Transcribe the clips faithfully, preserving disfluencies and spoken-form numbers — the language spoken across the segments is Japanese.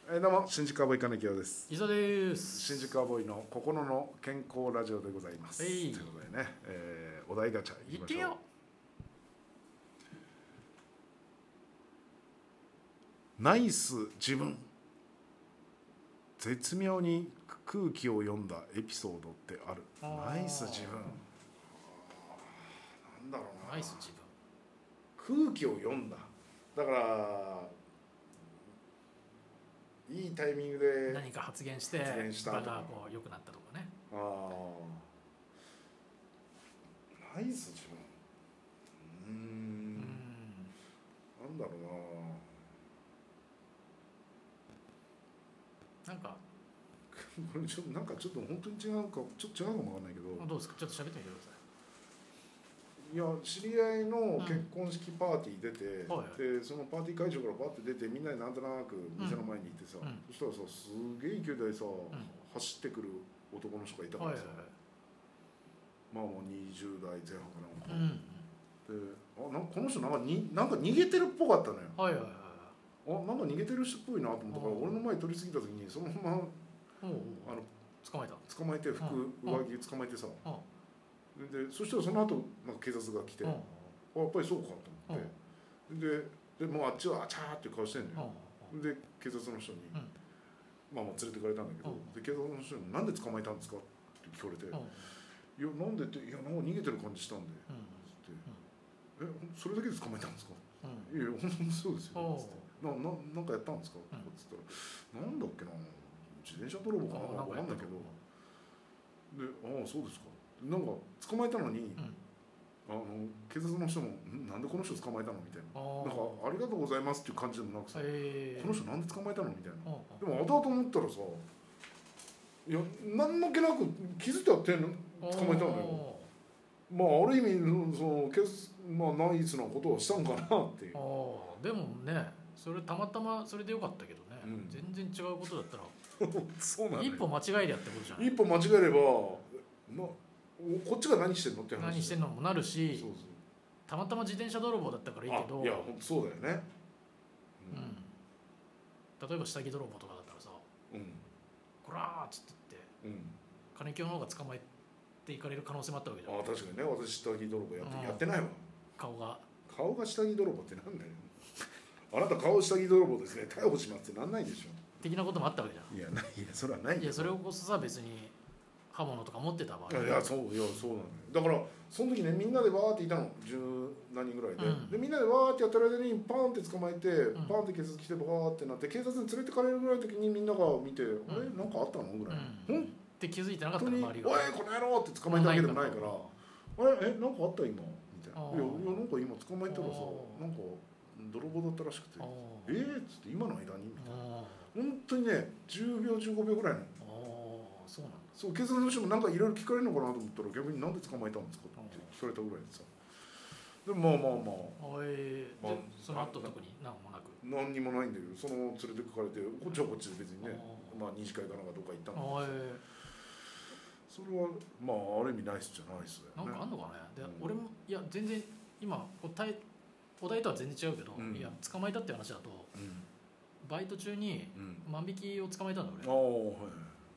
えー、どうも新宿アボーイ金城です。 伊沢です。 新宿アボーイの心の健康ラジオでございます。 はい、 ということでね、えー、お題ガチャいきましょう。 行ってよ。 ナイス自分。絶妙に空気を読んだエピソードってある。ナイス自分。なんだろうな。 ナイス自分。空気を読んだ。だからいいタイミングで何か発言して発言した場がこう良くなったとかね。 ああ、ナイス自分。うーん。うんなんだろうな。なんかこれちょっとなんかちょっと本当に違うかちょっと違うかもわかんないけど。 どうですか。ちょっと喋ってみてください。 いや知り合いの結婚式パーティー出て、 うんはいはい、 でそのパーティー会場からバッて出てみんなでなんとなく店の前に行ってさ、うん、そしたらさすげえ勢いでさ、うん、走ってくる男の人がいたからさ、はいはいはい、まあもうにじゅう代前半かなんか、うん、であなんかこの人なんかになんか逃げてるっぽかったのよ、はいはいはい、あなんか逃げてる人っぽいなと思ったから、俺の前通り過ぎた時にそのままあの捕まえた捕まえて服、上着捕まえてさ、でそしたらその後なんか警察が来て、うん、あやっぱりそうかと思って、うん、ででもうあっちはあちゃーっていう顔してんのよ、うん、で警察の人に、うん、まあもう連れてかれたんだけど、うん、で警察の人に「なんで捕まえたんですか?」って聞かれて「うん、いやなんでっていやなんか逃げてる感じしたんで」うん、つって「えそれだけで捕まえたんですか?」うん、いやいや本当にそうですよ」つって「なななんかやったんですか?」とかっつったら「なんだっけな自転車泥棒かな分かんないけど」で「ああそうですか」なんか捕まえたのに、うん、あの警察の人も「なんでこの人捕まえたの?」みたいな「なんかありがとうございます」っていう感じでもなくさ「えー、この人なんで捕まえたの?」みたいなでも後々思ったらさいや何の気なく気づいたって捕まえたのよ。まあある意味そのケス、まあ、ナイスなことをしたんかなっていう。 あでもねそれたまたまそれでよかったけどね、うん、全然違うことだったらそうなん、ね、一歩間違えりゃってことじゃない。 一歩間違えればなこっちが何してんのって話何してんのもなるし、そうそうたまたま自転車泥棒だったからいいけど、 いや本当そうだよね、 うんうん、例えば下着泥棒とかだったらさ、うん、こらーっつって言って、うん、金清の方が捕まえていかれる可能性もあったわけじゃん。 あ確かにね私下着泥棒やって、うん、やってないわ。 顔が顔が下着泥棒ってなんだよあなた顔下着泥棒ですね逮捕しますってなんないでしょ的なこともあったわけじゃん。 いやないいやそれはないいやそれをこそさ別に刃物とか持ってた場合、 いやそういやそうなのよ。だからその時ねみんなでバーっていたの十何人ぐらいで、うん、でみんなでバーってやってる間にパーンって捕まえて、うん、パーンって警察来てバーってなって警察に連れてかれるぐらいの時にみんなが見て、うん、あれなんかあったのぐらい、うん、 って気づいてなかったの周りが。 おいこの野郎って捕まえたわけでもないから、あれえなんかあった今みたいな。いやいやなんか今捕まえたらさなんか泥棒だったらしくてえーっつって今の間にみたいな本当にねじゅうびょうじゅうごびょうぐらいの。 そうなんだ。 そう警察の人もなんかいろいろ聞かれるのかなと思ったら逆になんで捕まえたんですかって聞かれたぐらいでさでもまあまあまあ、 えーまあ、その後特に何もなく何にもないんだけどその連れてかれてこっちはこっちで別にねまあ二次会かなんかどっか行ったんだけど、えー、それはまあある意味ナイスじゃないっすよね。 なんかあんのかねで、うん、俺もいや全然今お題お題とは全然違うけど、うん、いや捕まえたって話だと、うん、バイト中に万引きを捕まえたんだ俺、うんはい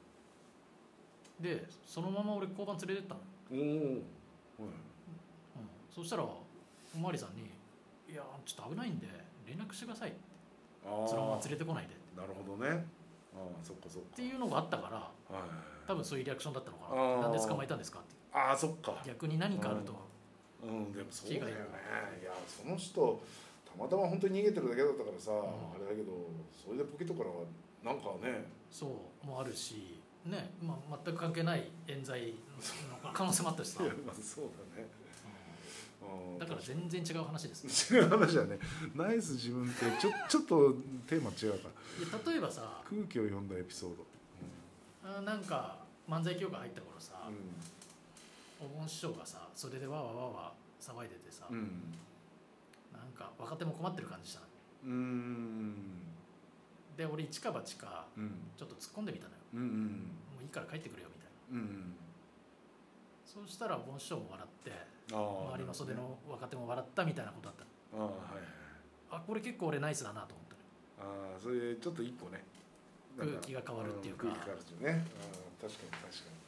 でそのまま俺交番連れてったの。おお、はいうん、そしたらおまわりさんに「いやちょっと危ないんで連絡してください」ってそのまま連れてこないでって。 なるほどね。ああそっかそっかっていうのがあったから、はい、多分そういうリアクションだったのかな。なんで捕まえたんですかって。 ああそっか逆に何かあるとうん、うん、でもそうだよね。いやその人たまたま本当に逃げてるだけだったからさ、うん、あれだけどそれでポケットからはなんかねそうもあるしねまあ、全く関係ない冤罪の可能性もあったしさいや、まあ、そうだね、 うん、だから全然違う話ですね違う話だね。ナイス自分ってちょちょっとテーマ違うからいや例えばさ空気を読んだエピソード、うん、あなんか漫才協会入った頃さ、うん、お盆師匠がさそれでわわわわ騒いでてさ、うん、なんか若手も困ってる感じしたの。うーんで俺一か八かちょっと突っ込んでみたのよ、うんうん、もういいから帰ってくれよみたいな、うんうん、そうしたらお盆師匠も笑って周りの袖の若手も笑ったみたいなことだったの。あ、はいはい、あこれ結構俺ナイスだなと思ったの。 あそれちょっと一個ね空気が変わるっていうか、 空気変わるっていうね、うん、確かに確か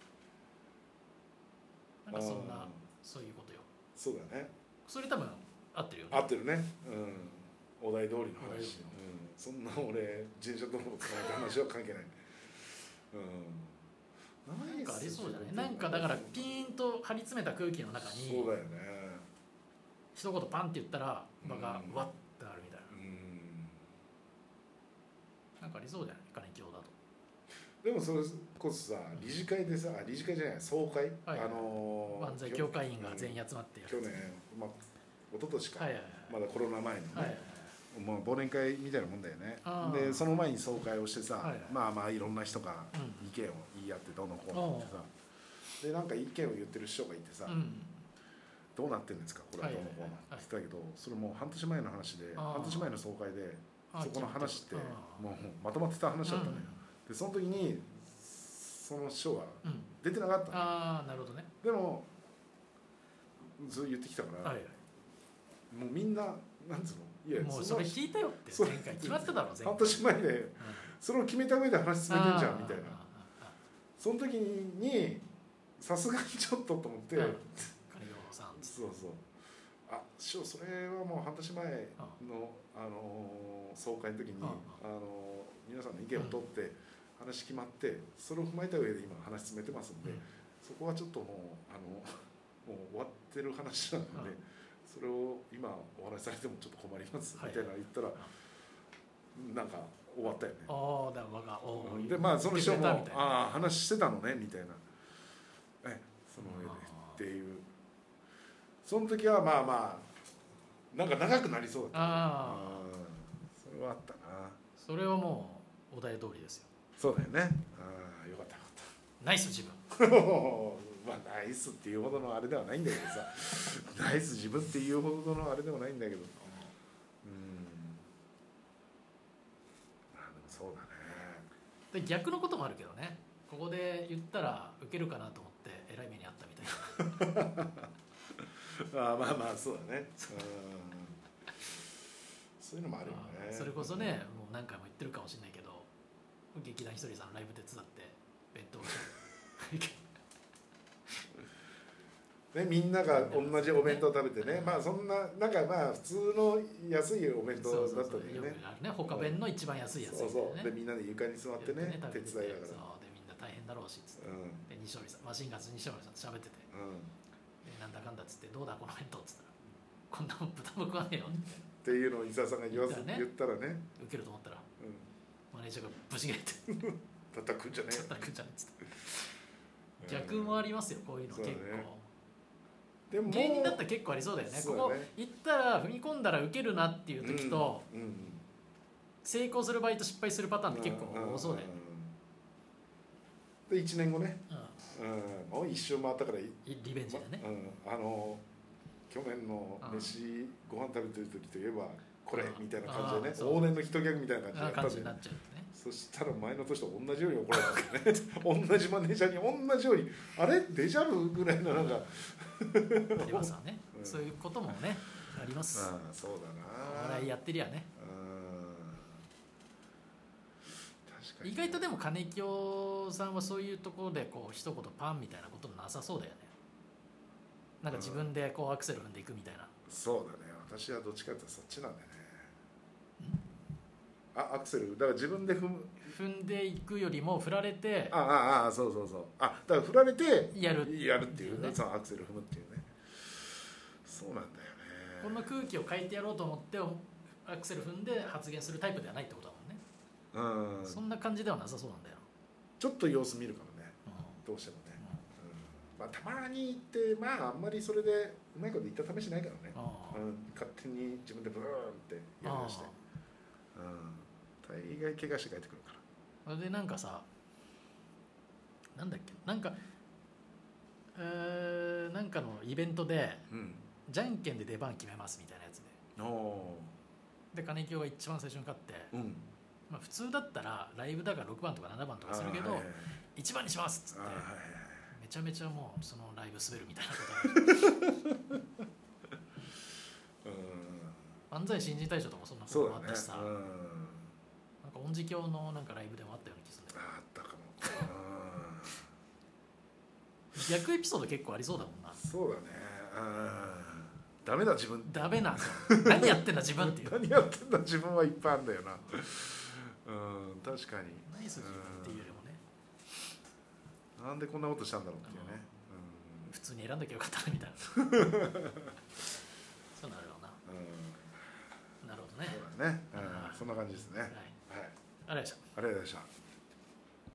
になんかそんなそういうことよ。 そうだね、 それ多分合ってるよね。 合ってるね、うん、お題通りの話、うん、そんな俺自転車泥棒捕まえた話は関係ない、うん、 なんかありそうじゃない。なんかだからピーンと張り詰めた空気の中にそうだよね一言パンって言ったら場がわってなるみたいな、うん、なんかありそうじゃない金京だと。 でもそれこそさ理事会でさ理事会じゃない総会、はい、あのー、万歳協会員が全員集まってやる、去年、まあ、一昨年か、はいはいはい、まだコロナ前のね、はいはいはい、もう忘年会みたいなもんだよね。でその前に総会をしてさ、はいはい、まあまあいろんな人が意見を言い合ってどうのこうのってさ、でなんか意見を言ってる師匠がいてさ、うん、どうなってんですかこれはどうのこうのって言ってたけど、それもう半年前の話で半年前の総会でそこの話ってもうまとまってた話だったのよ、うん、でその時にその師匠は出てなかったの、うん、 ああなるほどね。 でもそう言ってきたから、はいはい、もうみんななんつうのいやもうそれ聞いたよって前回決まってたろ前回半年前で、うん、それを決めた上で話進めてんじゃんみたいな。その時にさすがにちょっとと思って、うん、そうそうあ師匠それはもう半年前の、あのー、総会の時に、あのー、皆さんの意見を取って話決まってそれを踏まえた上で今話進めてますんで、うん、そこはちょっともうあのもう終わってる話なので、うん、それを今お話しされてもちょっと困りますみたいな言ったら、はい、なんか終わったよね。 あだからおでまあその人もああ話してたのねみたいなえその上でっていうその時はまあまあなんか長くなりそうだった、ね、あそれはあったな。 それはもうお題通りですよ。 そうだよね。ああよかったよかったナイス自分まあナイスっていうほどのあれではないんだけどさナイス自分っていうほどのあれでもないんだけど、うんそうだね。で逆のこともあるけどね。ここで言ったらウケるかなと思ってえらい目にあったみたいなあまあまあそうだね、うん、そういうのもあるよね。 それこそねもう何回も言ってるかもしれないけど劇団ひとりさんライブ手伝って弁当をね、みんなが同じお弁当食べてね、まあそんななんかまあ普通の安いお弁当だったんだよね。 ね他弁の一番安いやつ、ね、 そうそうでみんなで床に座ってね、ね手伝いながら。 そうでみんな大変だろうしっつって、うん、で西堀さんマシンガンズ西堀さんと喋ってて、うん、でなんだかんだっつってどうだこの弁当っつったらこんなもん豚も食わねえよっていうのを伊沢さんが言わせ言ったらね受けると思ったら、うん、マネージャーがブチ切れて叩くんじゃねえ叩くんじゃねえっつって逆もありますよこういうの結構。でも芸人だったら結構ありそうだよ ね, そうだねここ行ったら踏み込んだらウケるなっていう時と、うんうん、成功する場合と失敗するパターンって結構多そうだよね、 うん、でいちねんごね、うんうん、もう一周回ったからリベンジだね、 ま、うん、あの去年の飯ご飯食べてる時といえばこれみたいな感じでね往年のヒットギャグみたいな感じでやったんだよね。そしたら前の年と同じように怒られたんでね同じマネージャーに同じようにあれデジャブぐらいのなんかありますわね、うん、そういうこともねあります。 ああそうだなお笑いやってりゃね。確かに意外とでも金清さんはそういうところでこう一言パンみたいなこともなさそうだよね。なんか自分でこうアクセル踏んでいくみたいな、うん、 そうだね。私はどっちかっていうとそっちなんだよね。あアクセルだから自分で踏む踏んでいくよりも振られてあああそうそうそうあだから振られてやるやるっていうね、そのアクセル踏むっていうね。そうなんだよね。 この空気を変えてやろうと思ってアクセル踏んで発言するタイプではないってことだもんね。うんそんな感じではなさそうなんだよ。 ちょっと様子見るかもね、うん、どうしてもね、うんうんまあ、たまに行ってまああんまりそれでうまいこと言った試しないからね、うん、勝手に自分でブーンってやりだして、うん、大概怪我して帰ってくるから。 それでなんかさなんだっけなんかえー、なんかのイベントで、うん、じゃんけんで出番決めますみたいなやつでおで金清が一番最初に勝って、うんまあ、普通だったらライブだからろくばんとかななばんとかするけど、はいはい、いちばんにしますっつって、はいはい、めちゃめちゃもうそのライブ滑るみたいなことある漫才新人大賞とかもそんなこともあったしさ、ねうん、なんか音字教のなんかライブでもあったような気するんだよ。 あったかも逆エピソード結構ありそうだもんな。 そうだね。ダメだ自分ダメな何やってんだ自分っていう何やってんだ自分はいっぱいあるんだよな。うん確かに何する自分っていうよりもね、 なんでこんなことしたんだろうっていうね、 うん、普通に選んどきゃよかったなみたいなそうなるよな、うん、なるほどね。 そうだね、うん、そんな感じですね。はい、 はい、ありがとうございました。 ありがとうございました。